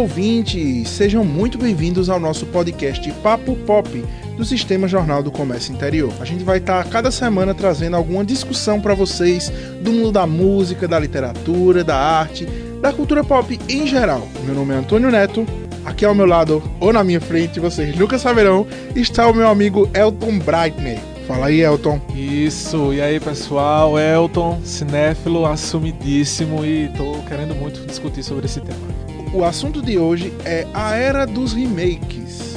ouvintes! Sejam muito bem-vindos ao nosso podcast Papo Pop, do Sistema Jornal do Comércio Interior. A gente vai estar cada semana trazendo alguma discussão para vocês do mundo da música, da literatura, da arte, da cultura pop em geral. Meu nome é Antônio Neto, aqui ao meu lado, ou na minha frente, vocês nunca saberão, está o meu amigo Elton Breitner. Fala aí, Elton. Isso, e aí pessoal, Elton, cinéfilo assumidíssimo e tô querendo muito discutir sobre esse tema. O assunto de hoje é a era dos remakes.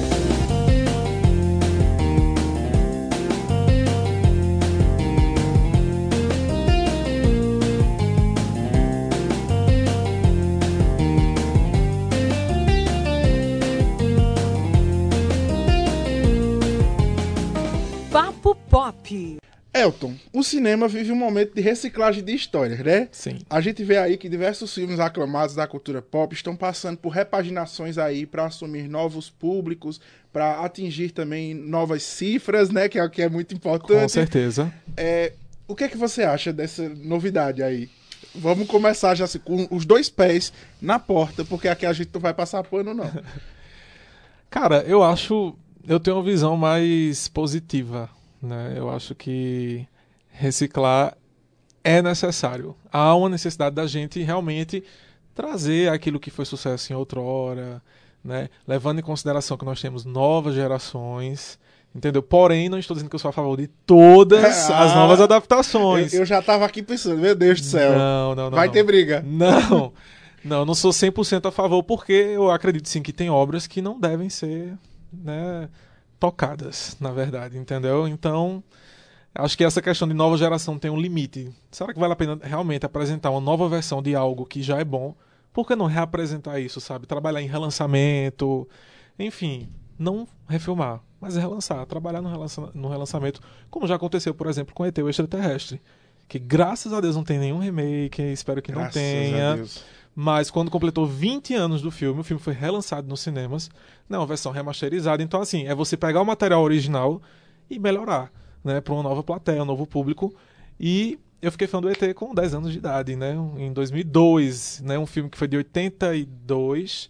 Papo Pop. Elton, o cinema vive um momento de reciclagem de histórias, né? Sim. A gente vê aí que diversos filmes aclamados da cultura pop estão passando por repaginações aí para assumir novos públicos, para atingir também novas cifras, né? Que é muito importante. Com certeza. O que é que você acha dessa novidade aí? Vamos começar já assim, com os dois pés na porta, porque aqui a gente não vai passar pano, não. Cara, eu tenho uma visão mais positiva, né? Eu acho que reciclar é necessário. Há uma necessidade da gente realmente trazer aquilo que foi sucesso em outrora, né? Levando em consideração que nós temos novas gerações, entendeu? Porém, não estou dizendo que eu sou a favor de todas as novas adaptações. Eu já tava aqui pensando, meu Deus do céu. Não. Vai ter briga. Não sou 100% a favor, porque eu acredito sim que tem obras que não devem ser, né, tocadas, na verdade, entendeu? Então, acho que essa questão de nova geração tem um limite. Será que vale a pena realmente apresentar uma nova versão de algo que já é bom? Por que não reapresentar isso, sabe? Trabalhar em relançamento, enfim, não refilmar, mas relançar, trabalhar no relançamento, como já aconteceu, por exemplo, com ET, o Extraterrestre, que graças a Deus não tem nenhum remake, espero que não tenha. Mas quando completou 20 anos do filme, o filme foi relançado nos cinemas, né, uma versão remasterizada. Então, assim, é você pegar o material original e melhorar, né, para uma nova plateia, um novo público. E eu fiquei fã do ET com 10 anos de idade, né, em 2002, né, um filme que foi de 82.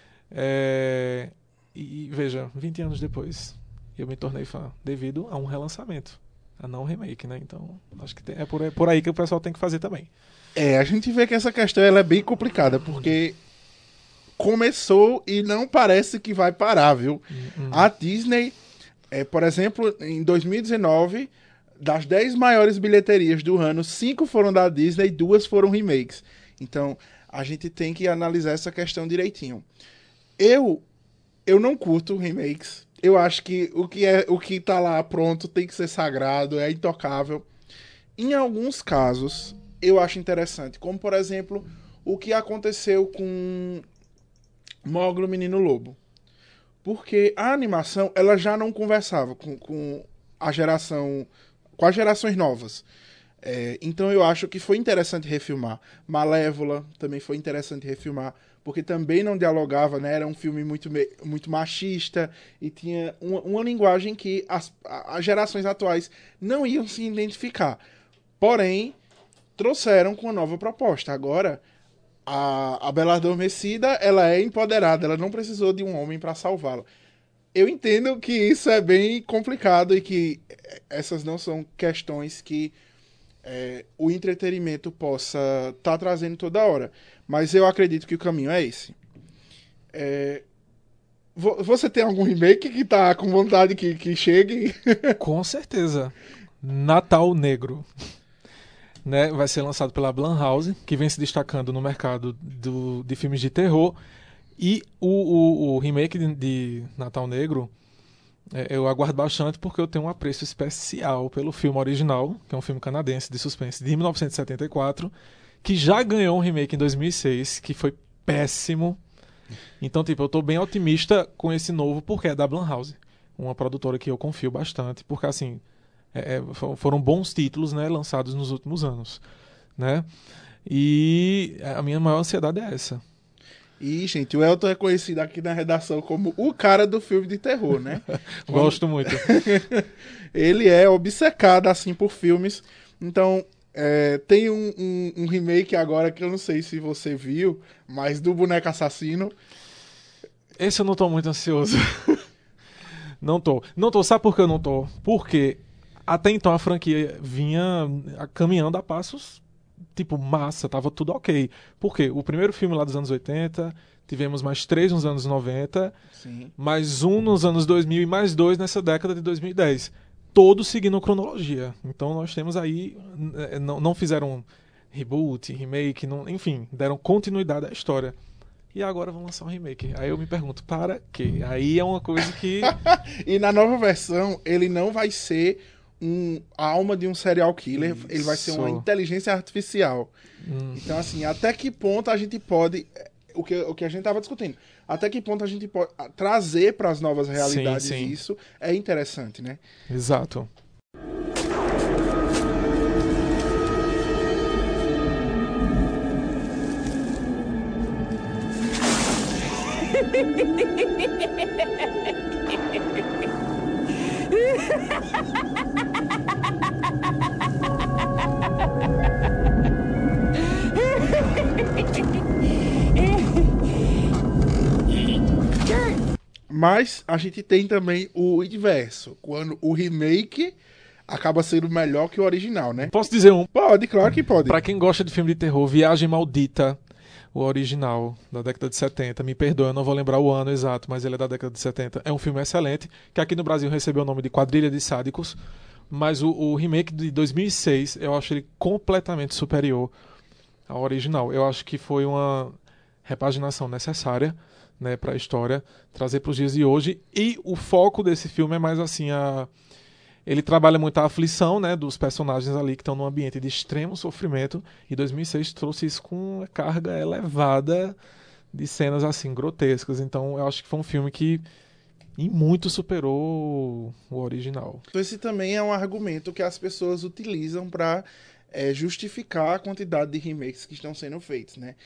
E veja, 20 anos depois, eu me tornei fã devido a um relançamento, a não um remake, né? Então, acho que é por aí que o pessoal tem que fazer também. A gente vê que essa questão ela é bem complicada, porque começou e não parece que vai parar, viu? A Disney, por exemplo, em 2019, das 10 maiores bilheterias do ano, 5 foram da Disney e 2 foram remakes. Então, a gente tem que analisar essa questão direitinho. Eu não curto remakes. Eu acho que o que tá lá pronto tem que ser sagrado, é intocável. Em alguns casos eu acho interessante, como por exemplo o que aconteceu com Mowgli, o Menino Lobo, porque a animação ela já não conversava com as gerações novas. Então eu acho que foi interessante refilmar. Malévola também foi interessante refilmar, porque também não dialogava, né? Era um filme muito machista e tinha uma linguagem que as gerações atuais não iam se identificar. Porém, trouxeram com uma nova proposta. Agora, a Bela Adormecida, ela é empoderada, ela não precisou de um homem para salvá-la. Eu entendo que isso é bem complicado e que essas não são questões que o entretenimento possa estar trazendo toda hora. Mas eu acredito que o caminho é esse. Você tem algum remake que tá com vontade que chegue? Com certeza. Natal Negro. Né, vai ser lançado pela Blumhouse, que vem se destacando no mercado de filmes de terror. E o remake de Natal Negro, eu aguardo bastante porque eu tenho um apreço especial pelo filme original, que é um filme canadense de suspense de 1974, que já ganhou um remake em 2006, que foi péssimo. Então, eu tô bem otimista com esse novo, porque é da Blumhouse, uma produtora que eu confio bastante, porque, assim, foram bons títulos, né, lançados nos últimos anos, né? E a minha maior ansiedade é essa. E, gente, o Elton é conhecido aqui na redação como o cara do filme de terror, né? Gosto muito. Ele é obcecado, assim, por filmes. Então, tem um remake agora que eu não sei se você viu, mas do Boneco Assassino. Esse eu não tô muito ansioso. Não tô. Não tô. Sabe por que eu não tô? Porque até então a franquia vinha caminhando a passos, tipo, massa, tava tudo ok. Por quê? O primeiro filme lá dos anos 80, tivemos mais 3 nos anos 90, Sim. mais um nos anos 2000 e mais 2 nessa década de 2010. Todos seguindo cronologia. Então nós temos aí... Não fizeram reboot, remake, enfim, deram continuidade à história. E agora vão lançar um remake. Aí eu me pergunto, para quê? Aí é uma coisa que... E na nova versão, ele não vai ser a alma de um serial killer, ele vai ser uma Isso. inteligência artificial. Então, assim, até que ponto a gente pode... O que a gente estava discutindo. Até que ponto a gente pode trazer para as novas realidades sim. isso é interessante, né? Exato. Mas a gente tem também o inverso, quando o remake acaba sendo melhor que o original, né? Posso dizer um? Pode, claro que pode. Pra quem gosta de filme de terror, Viagem Maldita, o original, da década de 70. Me perdoa, eu não vou lembrar o ano exato, mas ele é da década de 70. É um filme excelente, que aqui no Brasil recebeu o nome de Quadrilha de Sádicos, mas o remake de 2006, eu acho ele completamente superior ao original. Eu acho que foi uma repaginação necessária, né, para a história, trazer para os dias de hoje. E o foco desse filme é mais assim, ele trabalha muito a aflição, né, dos personagens ali que estão num ambiente de extremo sofrimento. E 2006 trouxe isso com uma carga elevada de cenas assim grotescas. Então eu acho que foi um filme que em muito superou o original. Esse também é um argumento que as pessoas utilizam para justificar a quantidade de remakes que estão sendo feitos, né?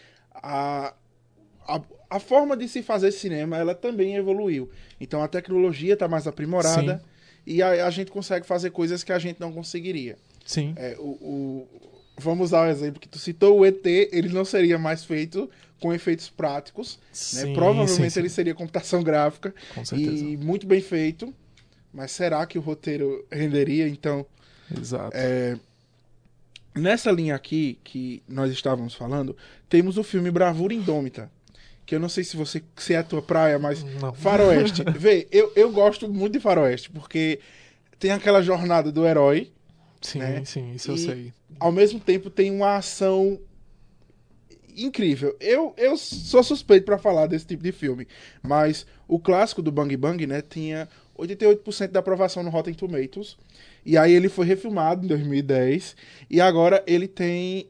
A forma de se fazer cinema, ela também evoluiu. Então a tecnologia está mais aprimorada. Sim. E a gente consegue fazer coisas que a gente não conseguiria. Sim. Vamos usar o exemplo que tu citou, o ET, ele não seria mais feito com efeitos práticos. Sim, né? Provavelmente sim. ele seria computação gráfica. Com certeza. E muito bem feito. Mas será que o roteiro renderia? Então, Exato. nessa linha aqui que nós estávamos falando, temos o filme Bravura Indômita. Que eu não sei se é a tua praia, mas Não. faroeste. Vê, eu gosto muito de faroeste, porque tem aquela jornada do herói. Sim, né? sim, isso eu sei. Ao mesmo tempo tem uma ação incrível. Eu sou suspeito pra falar desse tipo de filme, mas o clássico do Bang Bang, né, tinha 88% da aprovação no Rotten Tomatoes, e aí ele foi refilmado em 2010, e agora ele tem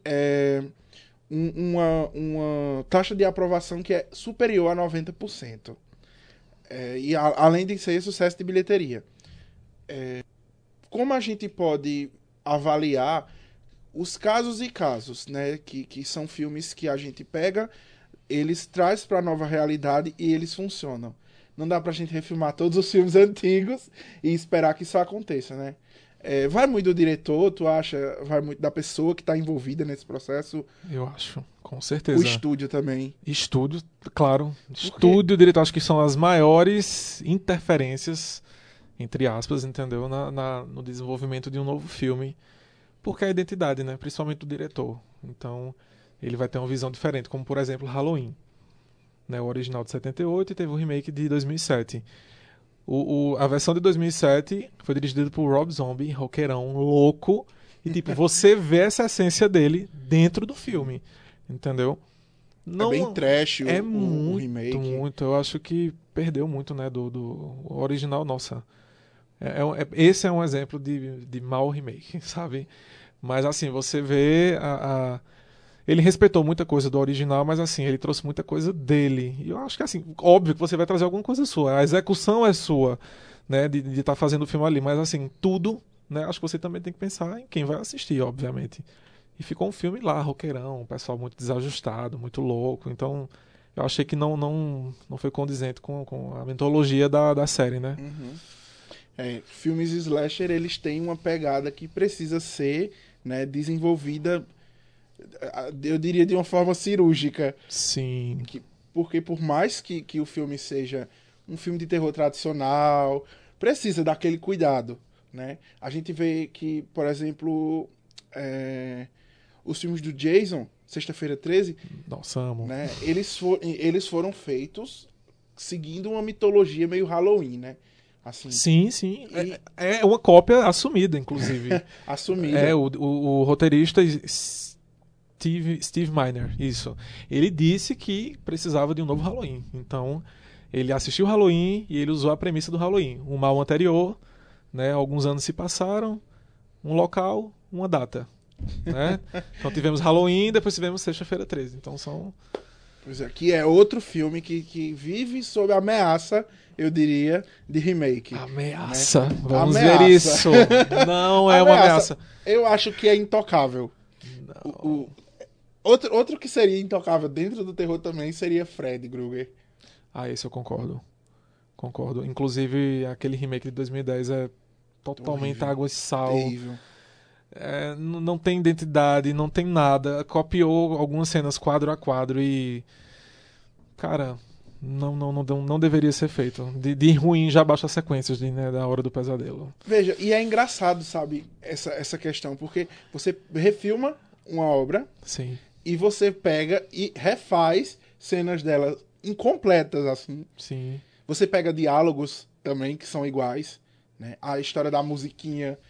uma taxa de aprovação que é superior a 90%. E além de ser sucesso de bilheteria. Como a gente pode avaliar os casos e casos, né? Que são filmes que a gente pega, eles traz para a nova realidade e eles funcionam. Não dá pra gente refilmar todos os filmes antigos e esperar que isso aconteça, né? Vai muito do diretor, tu acha? Vai muito da pessoa que está envolvida nesse processo? Eu acho, com certeza. O estúdio também. Estúdio, claro. Estúdio e diretor, acho que são as maiores interferências, entre aspas, entendeu? No desenvolvimento de um novo filme. Porque é a identidade, né? Principalmente do diretor. Então, ele vai ter uma visão diferente. Como, por exemplo, Halloween. Né? O original de 78 e teve o remake de 2007. A versão de 2007 foi dirigida por Rob Zombie, roqueirão, louco. E, tipo, você vê essa essência dele dentro do filme. Entendeu? Não, é bem trash o muito, remake. Muito. Eu acho que perdeu muito, né? Do original, nossa. Esse é um exemplo de mau remake, sabe? Mas, assim, você vê ele respeitou muita coisa do original, mas assim, ele trouxe muita coisa dele. E eu acho que assim, óbvio que você vai trazer alguma coisa sua. A execução é sua, né, de estar fazendo o filme ali. Mas assim, tudo, né, acho que você também tem que pensar em quem vai assistir, obviamente. E ficou um filme lá, roqueirão, um pessoal muito desajustado, muito louco. Então, eu achei que não foi condizente com a mitologia da série, né? Uhum. Filmes slasher, eles têm uma pegada que precisa ser, né, desenvolvida, eu diria, de uma forma cirúrgica. Sim. porque por mais que o filme seja um filme de terror tradicional, precisa daquele cuidado, né? A gente vê que, por exemplo, os filmes do Jason, Sexta-feira 13, Nossa, amo. né? Eles foram feitos seguindo uma mitologia meio Halloween, né? Assim, Sim, sim. É uma cópia assumida, inclusive. assumida. O roteirista Steve Miner, isso. Ele disse que precisava de um novo Halloween. Então, ele assistiu o Halloween e ele usou a premissa do Halloween. Um mal anterior, né? Alguns anos se passaram, um local, uma data. Né? Então tivemos Halloween, depois tivemos Sexta-feira 13. Então são... Pois é, que é outro filme que vive sob a ameaça, eu diria, de remake. Ameaça. Né? Vamos Ameaça. ver isso. Não é uma ameaça. Eu acho que é intocável. Outro que seria intocável dentro do terror também seria Fred Krueger. Esse eu concordo. Concordo. Inclusive, aquele remake de 2010 é totalmente Horrível. água e sal. Terrível. Não tem identidade, não tem nada. Copiou algumas cenas quadro a quadro e... Cara, não deveria ser feito. De ruim já baixa as sequências da Hora do Pesadelo. Veja, e é engraçado, sabe, essa questão, porque você refilma uma obra... Sim. E você pega e refaz cenas dela incompletas, assim. Sim. Você pega diálogos também, que são iguais, né? A história da musiquinha.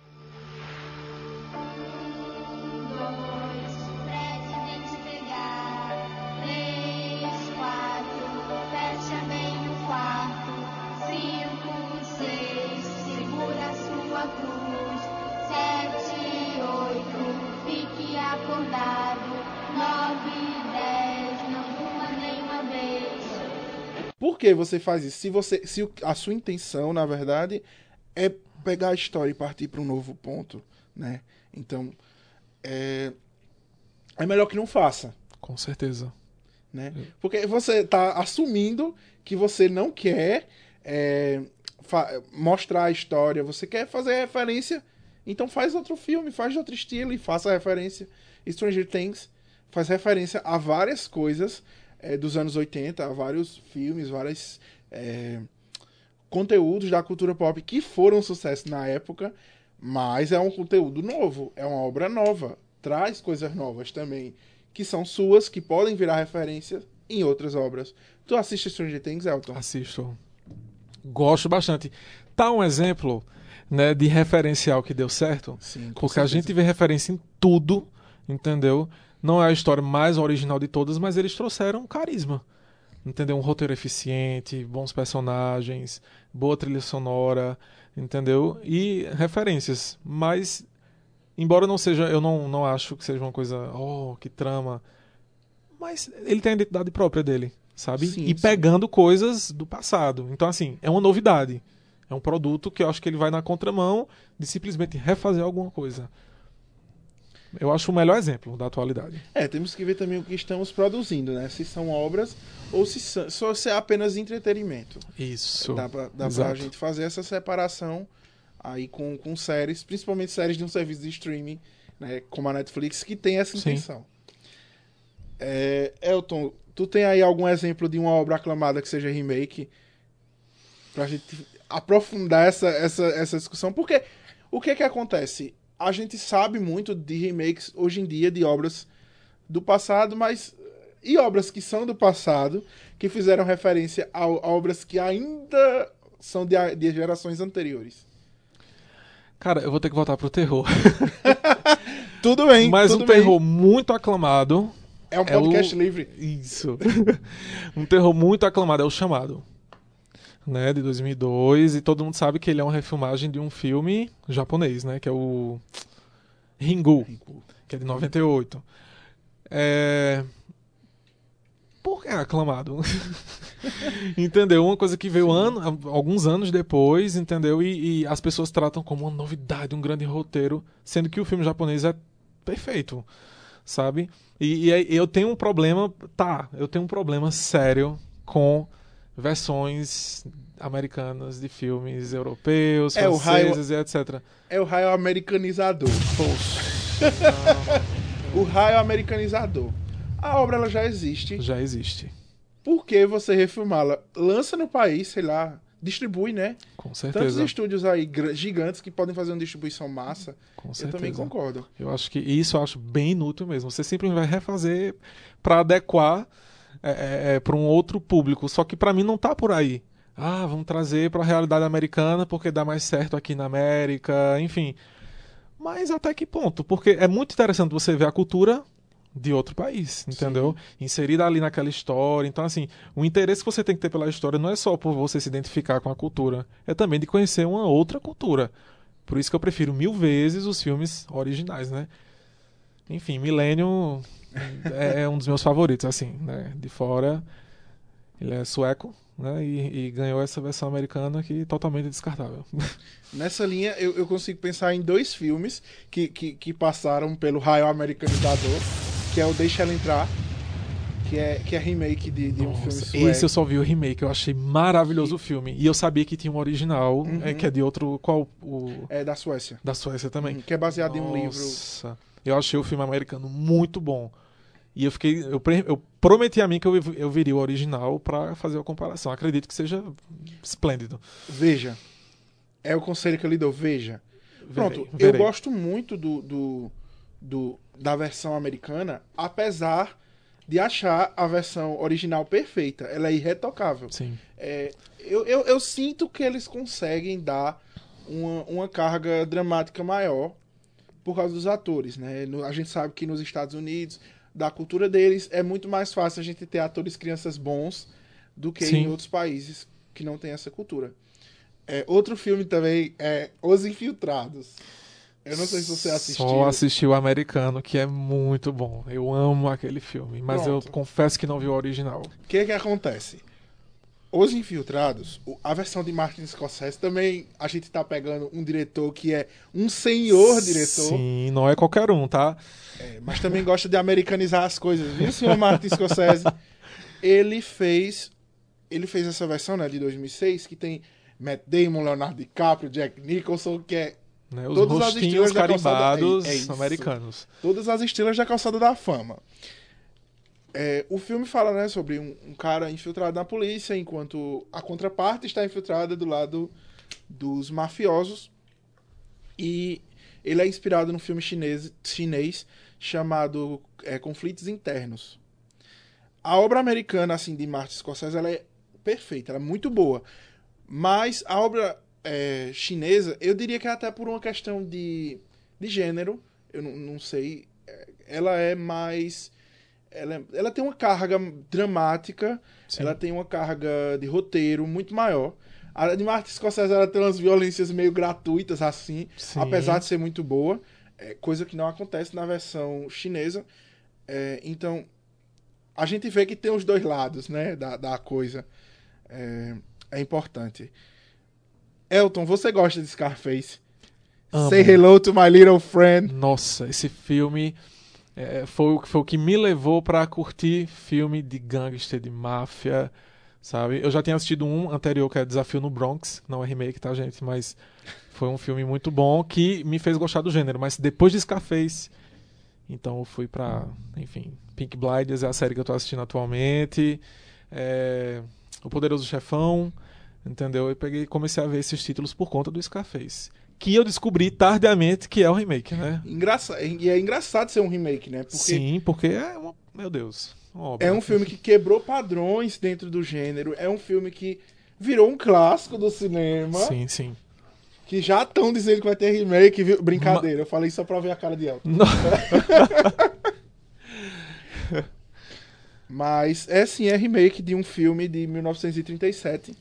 Por que você faz isso? Se a sua intenção, na verdade, é pegar a história e partir para um novo ponto, né? Então, é melhor que não faça. Com certeza. Né? Porque você está assumindo que você não quer mostrar a história, você quer fazer referência, então faz outro filme, faz de outro estilo e faça referência. Stranger Things faz referência a várias coisas dos anos 80, a vários filmes, vários conteúdos da cultura pop que foram sucesso na época, mas é um conteúdo novo, é uma obra nova, traz coisas novas também, que são suas, que podem virar referência em outras obras. Tu assiste Stranger Things, Elton? Assisto. Gosto bastante. Tá um exemplo, né, de referencial que deu certo? Sim, porque certeza. A gente vê referência em tudo, entendeu? Não é a história mais original de todas, mas eles trouxeram carisma. Entendeu? Um roteiro eficiente, bons personagens, boa trilha sonora, entendeu? E referências. Mas, embora não seja, eu não acho que seja uma coisa, que trama. Mas ele tem a identidade própria dele, sabe? Sim, e pegando coisas do passado. Então, assim, é uma novidade. É um produto que eu acho que ele vai na contramão de simplesmente refazer alguma coisa. Eu acho o melhor exemplo da atualidade. Temos que ver também o que estamos produzindo, né? Se são obras ou se é apenas entretenimento. Isso. Dá pra gente fazer essa separação aí com séries, principalmente séries de um serviço de streaming, né? Como a Netflix, que tem essa intenção. Elton, tu tem aí algum exemplo de uma obra aclamada que seja remake? Pra gente aprofundar essa discussão. Porque o que acontece? A gente sabe muito de remakes hoje em dia de obras do passado, mas... E obras que são do passado, que fizeram referência a obras que ainda são de gerações anteriores. Cara, eu vou ter que voltar pro terror. Tudo bem. Mas terror muito aclamado... É um podcast livre. Isso. Um terror muito aclamado é O Chamado. Né, de 2002, e todo mundo sabe que ele é uma refilmagem de um filme japonês, né, que é o Ringu, que é de 98. Por que é aclamado? Entendeu? Uma coisa que veio alguns anos depois, entendeu? E as pessoas tratam como uma novidade, um grande roteiro, sendo que o filme japonês é perfeito, sabe? E eu tenho um problema, eu tenho um problema sério com versões americanas de filmes europeus, franceses e etc. É o raio americanizador. Poxa. O raio americanizador. A obra ela já existe. Já existe. por que você refilmá-la? Lança no país, sei lá, distribui, né? Com Tantos certeza. estúdios aí gigantes que podem fazer uma distribuição massa. Com Eu certeza. também concordo. Eu acho que isso eu acho bem inútil mesmo. Você simplesmente vai refazer para adequar para um outro público. Só que para mim não tá por aí. Ah, vamos trazer para a realidade americana porque dá mais certo aqui na América, enfim. Mas até que ponto? Porque é muito interessante você ver a cultura de outro país, entendeu? Inserida ali naquela história. Então, assim, o interesse que você tem que ter pela história não é só por você se identificar com a cultura, é também de conhecer uma outra cultura. Por isso que eu prefiro 1000 vezes os filmes originais, né? Enfim, Millennium é um dos meus favoritos, assim, né? De fora, ele é sueco, né? E ganhou essa versão americana que é totalmente descartável. Nessa linha, eu consigo pensar em 2 filmes que passaram pelo raio americanizador, que é o Deixa Ela Entrar, que é remake de um filme Nossa, sueco. esse eu só vi o remake, eu achei maravilhoso o filme. E eu sabia que tinha um original, que é de outro. Qual? É da Suécia. Da Suécia também. Que é baseado em um livro. Nossa, eu achei o filme americano muito bom. E eu prometi a mim que eu viria o original pra fazer a comparação. Acredito que seja esplêndido. Veja. É o conselho que eu lhe dou. Veja. Pronto, Verei. eu gosto muito da versão americana, apesar de achar a versão original perfeita. Ela é irretocável. Sim. Eu sinto que eles conseguem dar uma carga dramática maior por causa dos atores, né? A gente sabe que nos Estados Unidos, da cultura deles, é muito mais fácil a gente ter atores crianças bons do que Sim. em outros países que não tem essa cultura. Outro filme também é Os Infiltrados. Eu não sei se você assistiu. Só assisti o americano, que é muito bom. Eu amo aquele filme, mas Pronto. eu confesso que não vi o original. O que acontece? Os Infiltrados, a versão de Martin Scorsese, também a gente tá pegando um diretor que é um senhor diretor. Sim, não é qualquer um, tá? Mas também gosta de americanizar as coisas, viu, senhor Martin Scorsese? Ele fez essa versão, né, de 2006, que tem Matt Damon, Leonardo DiCaprio, Jack Nicholson, que é Né? Os todas as rostinhos estrelas da calçada. carimbados Isso. americanos. Todas as estrelas da calçada da fama. O filme fala, né, sobre um cara infiltrado na polícia, enquanto a contraparte está infiltrada do lado dos mafiosos. E ele é inspirado num filme chinês chamado Conflitos Internos. A obra americana, assim, de Martin Scorsese, ela é perfeita, ela é muito boa. Mas a obra chinesa, eu diria que é até por uma questão de gênero, eu não sei, ela é mais... Ela tem uma carga dramática, Sim. ela tem uma carga de roteiro muito maior. A de Martin Scorsese, ela tem umas violências meio gratuitas, assim, Sim. apesar de ser muito boa, coisa que não acontece na versão chinesa. Então, a gente vê que tem os dois lados, né, da coisa. É importante. Elton, você gosta de Scarface? Amo. Say hello to my little friend. Nossa, esse filme foi o que me levou pra curtir filme de gangster, de máfia, sabe? Eu já tinha assistido um anterior, que é Desafio no Bronx, não é remake, tá, gente? Mas foi um filme muito bom que me fez gostar do gênero. Mas depois de Scarface, então eu fui pra, enfim, Peaky Blinders é a série que eu tô assistindo atualmente, O Poderoso Chefão, entendeu? Eu comecei a ver esses títulos por conta do Scarface. Que eu descobri tardiamente que é o remake, né? E é engraçado ser um remake, né? Porque Sim, porque meu Deus, uma obra. é um filme que quebrou padrões dentro do gênero. É um filme que virou um clássico do cinema. Sim, sim. Que já estão dizendo que vai ter remake. Viu? Brincadeira, eu falei só pra ver a cara de Elton. Não. Mas é remake de um filme de 1937.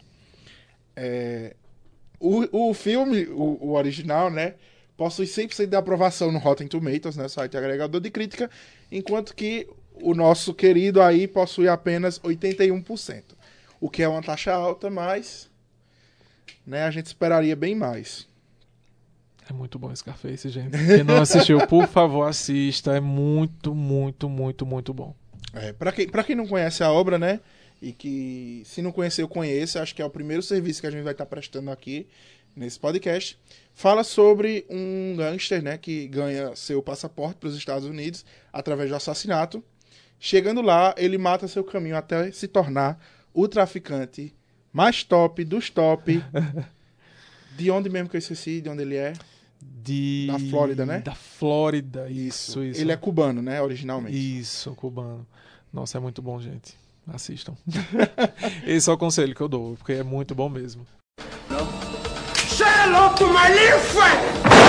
O filme, o original, né, possui 100% de aprovação no Rotten Tomatoes, né, site agregador de crítica, enquanto que o nosso querido aí possui apenas 81%. O que é uma taxa alta, mas, né, a gente esperaria bem mais. É muito bom Scarface, gente. Quem não assistiu, por favor, assista. É muito, muito, muito, muito bom. Pra quem não conhece a obra, né, e que se não conhecer, eu conheço, acho que é o primeiro serviço que a gente vai estar prestando aqui nesse podcast. Fala sobre um gangster, né, que ganha seu passaporte para os Estados Unidos através do assassinato Chegando lá, ele mata seu caminho até se tornar o traficante mais top dos top. De onde mesmo que eu esqueci? De onde ele é? Da Flórida, né? Da Flórida, isso. Ele é cubano, né? Originalmente. Isso, cubano. Nossa, é muito bom, gente. Assistam. Esse é o conselho que eu dou, porque é muito bom mesmo. Say hello to my little friend!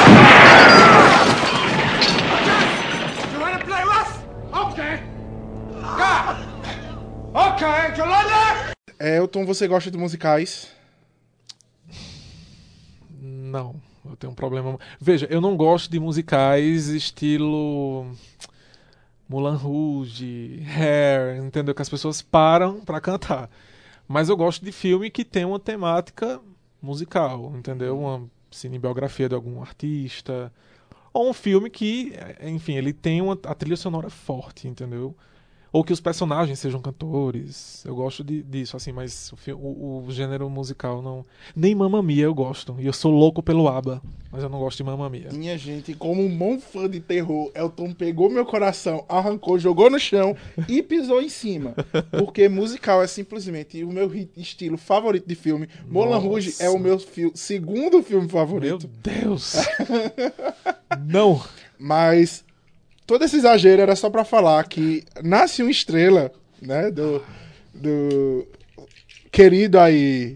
You wanna play rough? Okay. Yeah. Okay, Yolanda! Elton, você gosta de musicais? Não, eu tenho um problema. Veja, eu não gosto de musicais estilo Moulin Rouge, Hair, entendeu? Que as pessoas param pra cantar. Mas eu gosto de filme que tem uma temática musical, entendeu? Uma cinebiografia de algum artista. Ou um filme que, enfim, ele tem a trilha sonora forte, entendeu? Ou que os personagens sejam cantores. Eu gosto disso, assim, mas o gênero musical não... Nem Mamma Mia eu gosto. E eu sou louco pelo ABBA, mas eu não gosto de Mamma Mia. Minha gente, como um bom fã de terror, Elton pegou meu coração, arrancou, jogou no chão e pisou em cima. Porque musical é simplesmente o meu estilo favorito de filme. Moulin Rouge é o meu segundo filme favorito. Meu Deus! Não! Mas... todo esse exagero era só pra falar que Nasce uma Estrela, né, do querido aí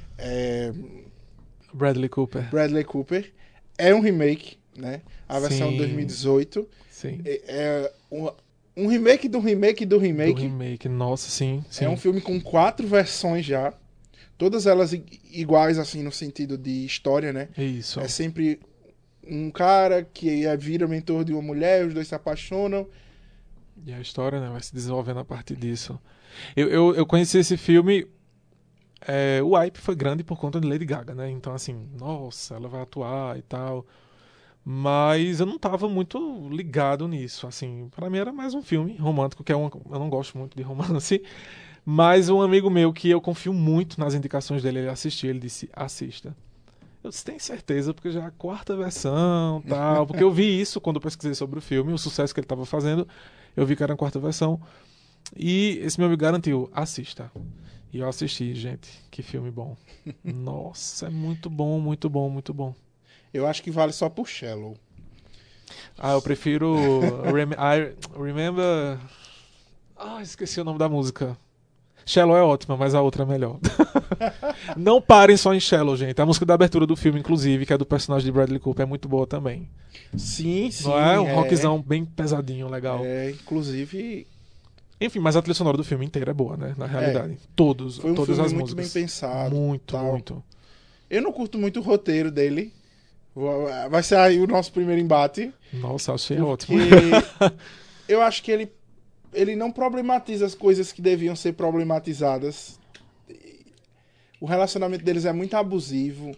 Bradley Cooper é um remake, né, a versão de 2018. Sim. É um remake do remake do remake. Do remake, nossa, sim. É um filme com 4 versões já, todas elas iguais, assim, no sentido de história, né. Isso. É sempre... um cara que vira mentor de uma mulher, os dois se apaixonam. E a história, né, vai se desenvolvendo a partir disso. Eu conheci esse filme... o hype foi grande por conta de Lady Gaga, né? Então, assim, nossa, ela vai atuar e tal. Mas eu não tava muito ligado nisso, assim. Pra mim era mais um filme romântico, que eu não gosto muito de romance. Mas um amigo meu, que eu confio muito nas indicações dele, ele assistiu, ele disse, assista. Eu disse, tem certeza, porque já é a 4ª versão, tal. Porque eu vi isso quando eu pesquisei sobre o filme, o sucesso que ele estava fazendo. Eu vi que era a 4ª versão. E esse meu amigo garantiu, assista. E eu assisti, gente. Que filme bom. Nossa, é muito bom, muito bom, muito bom. Eu acho que vale só por Shallow. Eu prefiro Remember... esqueci o nome da música. Shallow é ótima, mas a outra é melhor. Não parem só em Shallow, gente. A música da abertura do filme, inclusive, que é do personagem de Bradley Cooper, é muito boa também. Sim. Não é? Um rockzão bem pesadinho, legal. Inclusive... enfim, mas a trilha sonora do filme inteira é boa, né? Na realidade. Todas foi um todas filme as muito músicas. bem pensado. Muito. Eu não curto muito o roteiro dele. Vai ser aí o nosso primeiro embate. Nossa, achei ótimo. Eu acho que ele não problematiza as coisas que deviam ser problematizadas. O relacionamento deles é muito abusivo.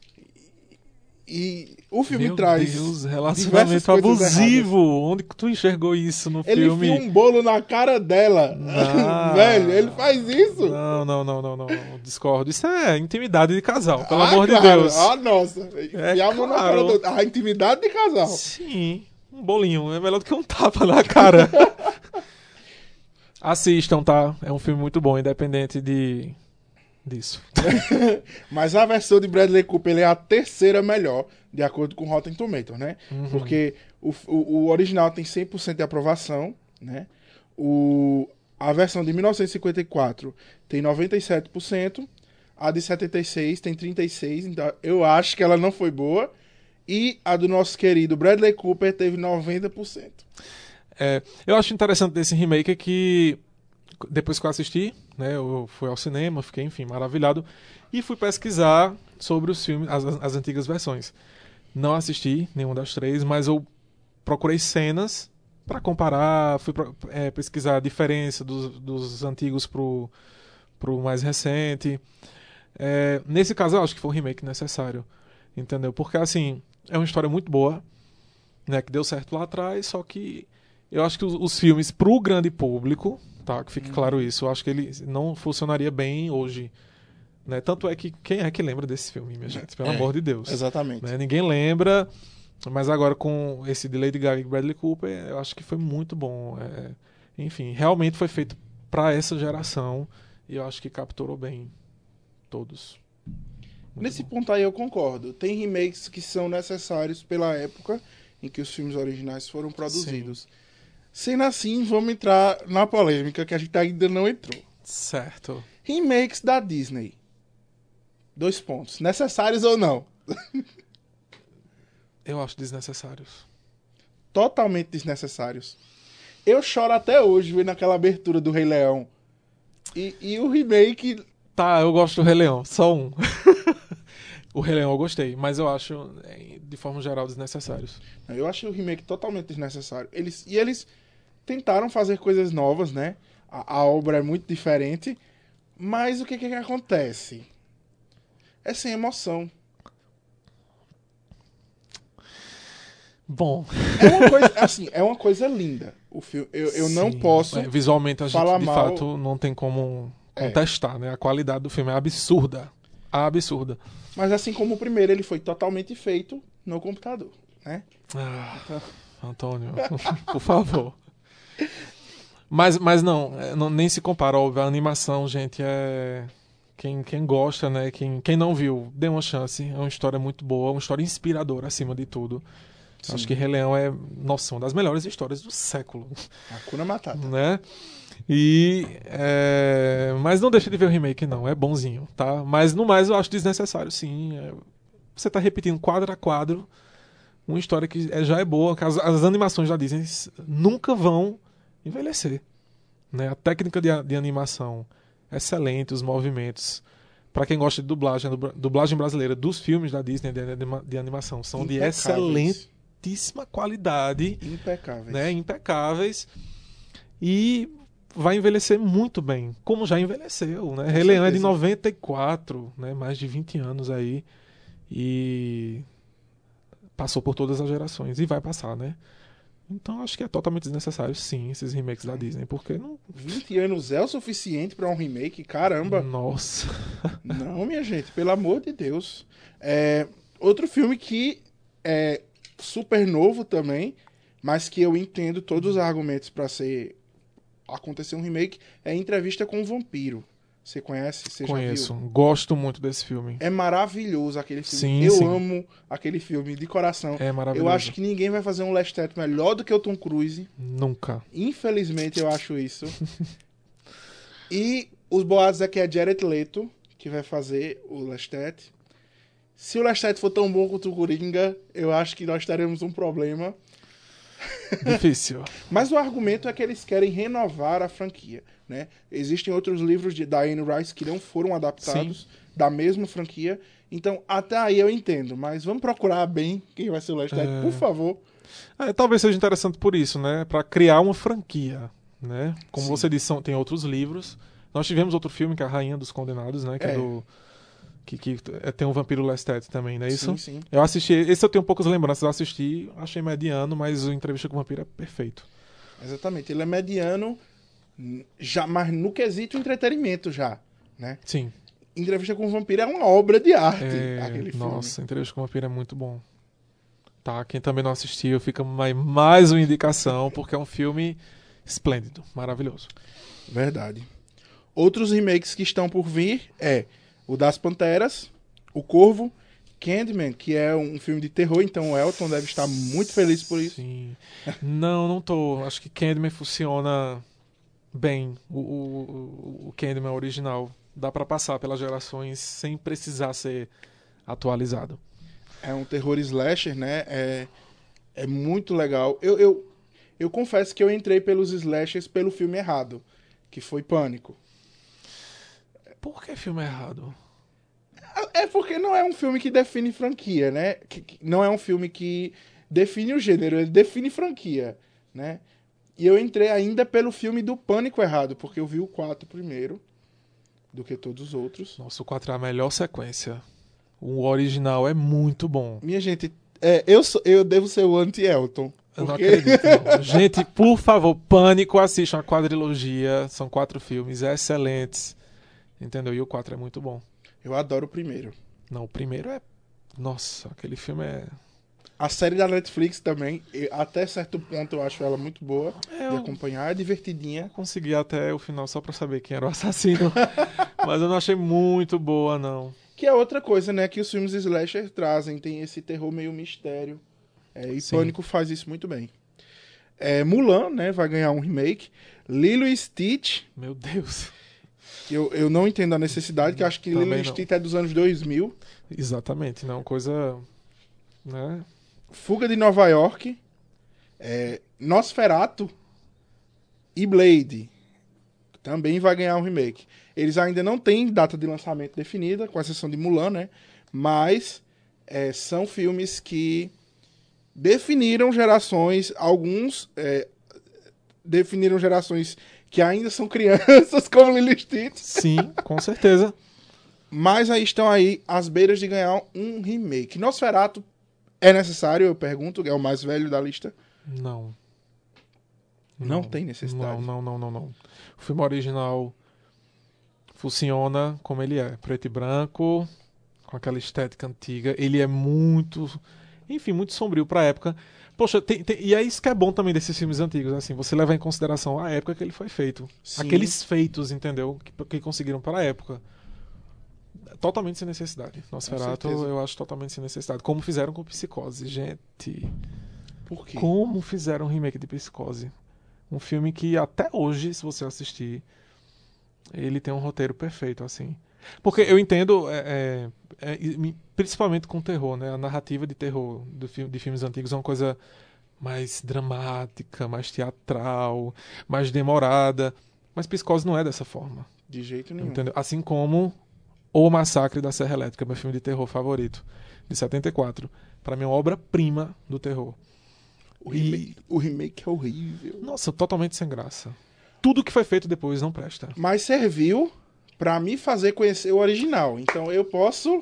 E o filme traz... Meu Deus, relacionamento abusivo. Onde que tu enxergou isso no ele filme? Ele enfia um bolo na cara dela. Velho, ele faz isso? Não. Discordo. Isso é intimidade de casal, pelo amor de Deus. Nossa. A intimidade de casal. Sim. Um bolinho. É melhor do que um tapa na cara. Assistam, tá? É um filme muito bom, independente disso. Mas a versão de Bradley Cooper ele é a 3ª melhor, de acordo com Rotten Tomatoes, né? Uhum. Porque o original tem 100% de aprovação, né? A versão de 1954 tem 97%, a de 76 tem 36%, então eu acho que ela não foi boa. E a do nosso querido Bradley Cooper teve 90%. Eu acho interessante desse remake que depois que eu assisti, né, eu fui ao cinema, fiquei, enfim, maravilhado e fui pesquisar sobre os filmes, as antigas versões. Não assisti nenhuma das 3, mas eu procurei cenas para comparar, fui pesquisar a diferença dos antigos pro mais recente. Nesse caso, eu acho que foi um remake necessário, entendeu? Porque, assim, é uma história muito boa, né, que deu certo lá atrás, só que eu acho que os filmes pro grande público, tá, que fique claro isso, eu acho que ele não funcionaria bem hoje, né? Tanto é que quem é que lembra desse filme, minha gente? Pelo amor de Deus. Exatamente. Né? Ninguém lembra, mas agora com esse de Lady Gaga e Bradley Cooper, eu acho que foi muito bom. Enfim, realmente foi feito para essa geração e eu acho que capturou bem todos. Muito Nesse bom. ponto aí eu concordo. Tem remakes que são necessários pela época em que os filmes originais foram produzidos. Sendo assim, vamos entrar na polêmica que a gente ainda não entrou. Certo. Remakes da Disney. 2 pontos. Necessários ou não? Eu acho desnecessários. Totalmente desnecessários. Eu choro até hoje vendo aquela abertura do Rei Leão. E o remake... Tá, eu gosto do Rei Leão, só um. O Rei Leão eu gostei, mas eu acho, de forma geral, desnecessários. Eu achei o remake totalmente desnecessário. Eles tentaram fazer coisas novas, né? A obra é muito diferente. Mas o que acontece? É sem emoção. Bom, É uma coisa, assim, é uma coisa linda. O filme, eu não sim, posso visualmente a gente, falar de mal. fato, não tem como É. contestar, né? A qualidade do filme é absurda. Absurda. Mas assim como o primeiro, ele foi totalmente feito no computador, né? Ah, Antônio, por favor. Mas não, nem se compara, óbvio. A animação, gente, é... Quem gosta, né? Quem não viu, dê uma chance. É uma história muito boa, uma história inspiradora, acima de tudo. Sim. Acho que Rei Leão é, nossa, uma das melhores histórias do século, Hakuna Matata. né? Mas não deixa de ver o remake, não. É bonzinho, tá? Mas no mais eu acho desnecessário, sim. Você tá repetindo quadro a quadro uma história que já é boa, que as animações da Disney nunca vão envelhecer, né? A técnica de animação é excelente, os movimentos. Pra quem gosta de dublagem, a dublagem brasileira dos filmes da Disney de animação são de Impecáveis. excelentíssima qualidade, Impecáveis. né? Impecáveis. E vai envelhecer muito bem, como já envelheceu, né? Rei Leão é de certeza. 94, né? Mais de 20 anos aí. E passou por todas as gerações e vai passar, né? Então acho que é totalmente desnecessário, sim, esses remakes da Disney, porque não. 20 anos é o suficiente pra um remake? Caramba. Nossa. Não, minha gente, pelo amor de Deus. Outro filme que é super novo também, mas que eu entendo todos os argumentos pra acontecer um remake, é Entrevista com o Vampiro. Você conhece? Você Conheço. já viu? Gosto muito desse filme. É maravilhoso aquele filme. Sim, eu sim. amo aquele filme de coração. É maravilhoso. Eu acho que ninguém vai fazer um Lestat melhor do que o Tom Cruise. Nunca. Infelizmente eu acho isso. E os boatos é que é Jared Leto que vai fazer o Lestat. Se o Lestat for tão bom quanto o Coringa, eu acho que nós teremos um problema. Difícil. Mas o argumento é que eles querem renovar a franquia, né? Existem outros livros da Anne Rice que não foram adaptados da mesma franquia. Então, até aí eu entendo. Mas vamos procurar bem quem vai ser o Lestat, por favor. Talvez seja interessante por isso, né? Pra criar uma franquia, né? Como Sim. você disse, tem outros livros. Nós tivemos outro filme, que é A Rainha dos Condenados, né? Que é do... tem um vampiro Lestat também, não é isso? Sim, sim. Eu assisti, esse eu tenho poucas lembranças, eu assisti, achei mediano, mas o Entrevista com o Vampiro é perfeito. Exatamente. Ele é mediano, já, mas no quesito entretenimento já, né? Sim. Entrevista com o Vampiro é uma obra de arte, aquele filme. Nossa, Entrevista com o Vampiro é muito bom. Tá, quem também não assistiu, fica mais uma indicação, porque é um filme esplêndido, maravilhoso. Verdade. Outros remakes que estão por vir é o das Panteras, O Corvo, Candyman, que é um filme de terror, então o Elton deve estar muito feliz por isso. Sim. Não tô. Acho que Candyman funciona bem, o Candyman original. Dá pra passar pelas gerações sem precisar ser atualizado. É um terror slasher, né? É muito legal. Eu confesso que eu entrei pelos slashers pelo filme errado, que foi Pânico. Por que filme errado? É porque não é um filme que define franquia, né? Não é um filme que define o gênero, ele define franquia, né? E eu entrei ainda pelo filme do Pânico errado, porque eu vi o 4 primeiro do que todos os outros. Nossa, o 4 é a melhor sequência. O original é muito bom. Minha gente, eu devo ser o anti-Elton. Eu não Porque... acredito, não. Gente, por favor, Pânico, assistam a quadrilogia. São 4 filmes excelentes. Entendeu? E o 4 é muito bom. Eu adoro o primeiro. Não, o primeiro é... Nossa, aquele filme é A série da Netflix também, até certo ponto eu acho ela muito boa de acompanhar, é divertidinha. Consegui até o final só pra saber quem era o assassino, mas eu não achei muito boa, não. Que é outra coisa, né, que os filmes slasher trazem, tem esse terror meio mistério. E Sim. Pânico faz isso muito bem. Mulan, né, vai ganhar um remake. Lilo e Stitch, Meu Deus. que eu não entendo a necessidade, que eu acho que Também Lilo e não. Stitch é dos anos 2000. Exatamente, não, coisa, né? Fuga de Nova York, Nosferatu e Blade também vai ganhar um remake. Eles ainda não têm data de lançamento definida, com exceção de Mulan, né? Mas são filmes que definiram gerações, alguns definiram gerações que ainda são crianças, como Lilo e Stitch. Sim, com certeza. Mas aí estão aí às beiras de ganhar um remake. Nosferatu é necessário, eu pergunto, é o mais velho da lista. Não. Não tem necessidade. Não. O filme original funciona como ele é, preto e branco, com aquela estética antiga. Ele é muito, enfim, muito sombrio pra época. Poxa, e é isso que é bom também desses filmes antigos, assim, você leva em consideração a época que ele foi feito. Sim. Aqueles feitos, entendeu? Que conseguiram para a época. Totalmente sem necessidade. Nosferatu, eu acho totalmente sem necessidade. Como fizeram com Psicose, gente. Por quê? Como fizeram um remake de Psicose. Um filme que até hoje, se você assistir, ele tem um roteiro perfeito, assim. Porque eu entendo, principalmente com terror, né? A narrativa de terror de filmes antigos é uma coisa mais dramática, mais teatral, mais demorada. Mas Psicose não é dessa forma. De jeito nenhum. Entendeu? Assim como O Massacre da Serra Elétrica, meu filme de terror favorito, de 74. Pra mim é uma obra-prima do terror. O remake é horrível. Nossa, totalmente sem graça. Tudo que foi feito depois não presta. Mas serviu pra me fazer conhecer o original. Então eu posso...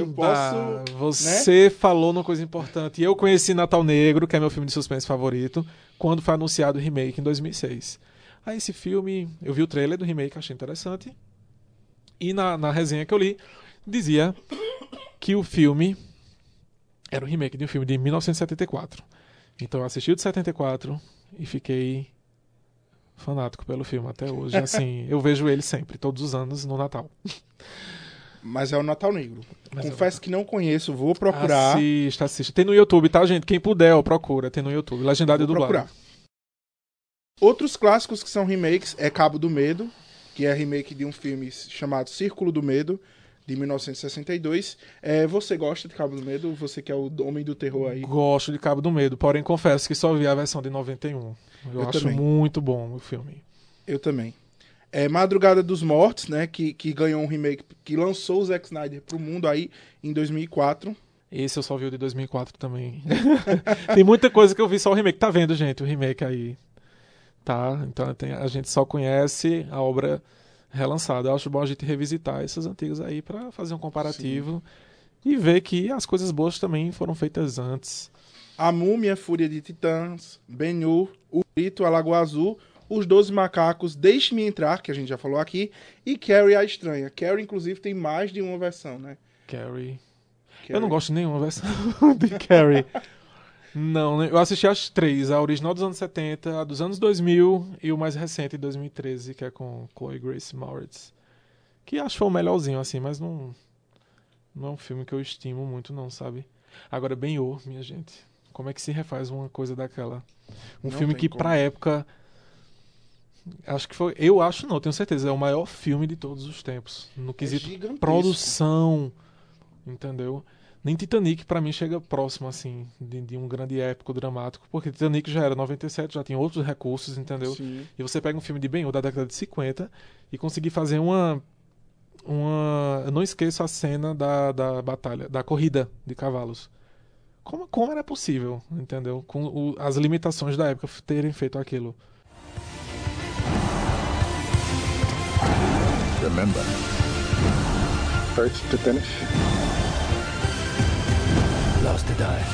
Você falou uma coisa importante. Eu conheci Natal Negro, que é meu filme de suspense favorito, quando foi anunciado o remake em 2006. Aí esse filme, eu vi o trailer do remake, achei interessante. E na resenha que eu li, dizia que o filme era um remake de um filme de 1974. Então eu assisti o de 74 e fiquei fanático pelo filme até hoje. Assim, eu vejo ele sempre, todos os anos, no Natal. Mas é o Natal Negro. Confesso que não conheço, vou procurar. Assista. Tem no YouTube, tá, gente? Quem puder, procura. Tem no YouTube. Legendado e dublado. Procurar. Outros clássicos que são remakes é Cabo do Medo, que é remake de um filme chamado Círculo do Medo, de 1962. Você gosta de Cabo do Medo? Você que é o homem do terror aí? Gosto de Cabo do Medo, porém confesso que só vi a versão de 91. Eu acho também. muito bom o filme. Eu também. Madrugada dos Mortos, né, que ganhou um remake, que lançou o Zack Snyder pro mundo aí em 2004. Esse eu só vi o de 2004 também. Tem muita coisa que eu vi só o remake. Tá vendo, gente? O remake aí. Tá? Então a gente só conhece a obra relançada. Eu acho bom a gente revisitar essas antigas aí pra fazer um comparativo. Sim. E ver que as coisas boas também foram feitas antes. A Múmia, Fúria de Titãs, Ben-Hur, O Grito, A Lagoa Azul, Os 12 Macacos, Deixe-me Entrar, que a gente já falou aqui, e Carrie a Estranha. Carrie, inclusive, tem mais de uma versão, né? Carrie. Eu não gosto de nenhuma versão de Carrie. Não, eu assisti as 3. A original dos anos 70, a dos anos 2000 e o mais recente, de 2013, que é com Chloe Grace Moretz. Que acho que foi o melhorzinho, assim, mas não é um filme que eu estimo muito, não, sabe? Agora, Ben-Hur, minha gente. Como é que se refaz uma coisa daquela? Um não filme que, como. Pra época... Acho que foi... Eu acho não, tenho certeza. É o maior filme de todos os tempos. No quesito produção, entendeu? Nem Titanic, pra mim, chega próximo, assim, de um grande épico dramático. Porque Titanic já era 97, já tinha outros recursos, entendeu? Sim. E você pega um filme de Ben-Hur da década de 50 e conseguir fazer uma... Eu não esqueço a cena da batalha, da corrida de cavalos. Como era possível, entendeu? Com as limitações da época terem feito aquilo. Remember, first to finish, last to die.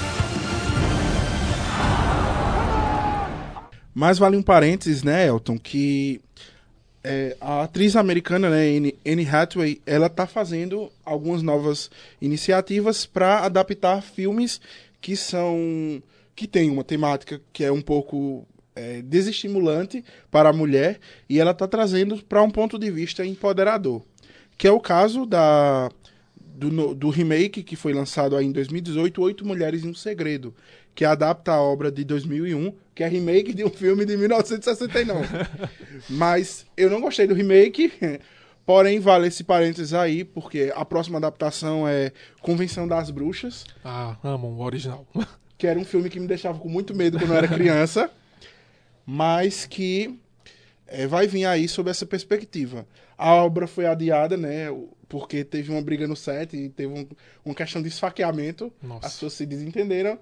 Mas vale um parênteses, né, Elton, que a atriz americana, né, Anne Hathaway, ela tá fazendo algumas novas iniciativas para adaptar filmes que tem uma temática que é um pouco desestimulante para a mulher, e ela está trazendo para um ponto de vista empoderador, que é o caso do remake que foi lançado aí em 2018, 8 Mulheres e um Segredo, que adapta a obra de 2001, que é remake de um filme de 1969. Mas eu não gostei do remake, porém vale esse parênteses aí, porque a próxima adaptação é Convenção das Bruxas. Ah, amo o original. Que era um filme que me deixava com muito medo quando eu era criança, mas que vai vir aí sob essa perspectiva. A obra foi adiada, né, porque teve uma briga no set e teve uma questão de esfaqueamento. Nossa. As pessoas se desentenderam,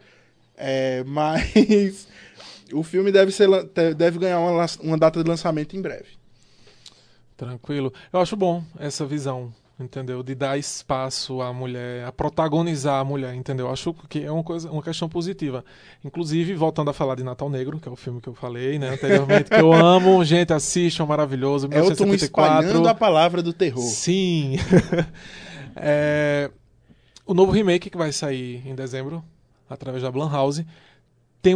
mas o filme deve ganhar uma data de lançamento em breve. Tranquilo. Eu acho bom essa visão, entendeu? De dar espaço à mulher, a protagonizar a mulher, entendeu? Acho que é uma questão positiva. Inclusive, voltando a falar de Natal Negro, que é o filme que eu falei, né, anteriormente, que eu amo, gente, assistam, maravilhoso, Elton 1974. espalhando a palavra do terror. Sim. O novo remake que vai sair em dezembro, através da Blumhouse, tem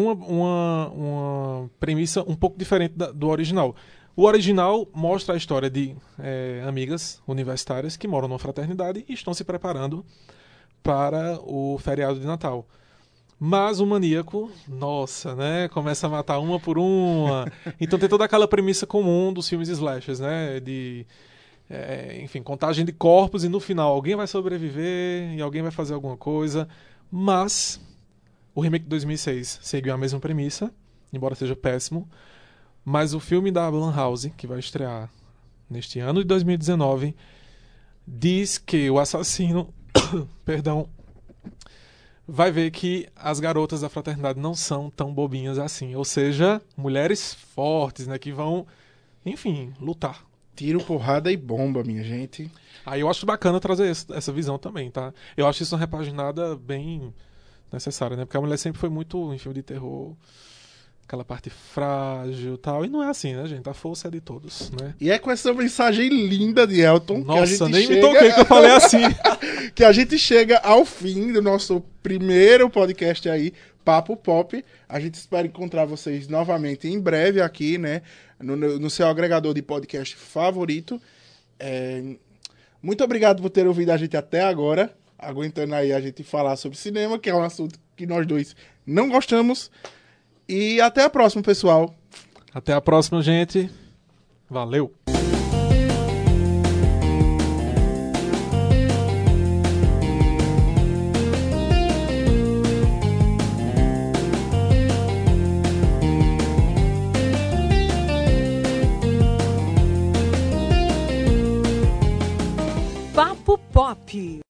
uma premissa um pouco diferente do original. O original mostra a história de amigas universitárias que moram numa fraternidade e estão se preparando para o feriado de Natal. Mas o maníaco, nossa, né, começa a matar uma por uma. Então tem toda aquela premissa comum dos filmes slashers, né, de, enfim, contagem de corpos e no final alguém vai sobreviver e alguém vai fazer alguma coisa. Mas o remake de 2006 seguiu a mesma premissa, embora seja péssimo. Mas o filme da Blumhouse, que vai estrear neste ano de 2019, diz que o assassino perdão, vai ver que as garotas da fraternidade não são tão bobinhas assim. Ou seja, mulheres fortes, né, que vão, enfim, lutar. Tiro, porrada e bomba, minha gente. Aí eu acho bacana trazer essa visão também, tá? Eu acho isso uma repaginada bem necessária, né? Porque a mulher sempre foi muito, em filme de terror, aquela parte frágil e tal. E não é assim, né, gente? A força é de todos, né? E é com essa mensagem linda de Elton Nossa, que a gente nem me toquei que eu falei assim. que a gente chega ao fim do nosso primeiro podcast aí, Papo Pop. A gente espera encontrar vocês novamente em breve aqui, né? No seu agregador de podcast favorito. Muito obrigado por ter ouvido a gente até agora, aguentando aí a gente falar sobre cinema, que é um assunto que nós dois não gostamos. E até a próxima, pessoal. Até a próxima, gente. Valeu! Papo Pop.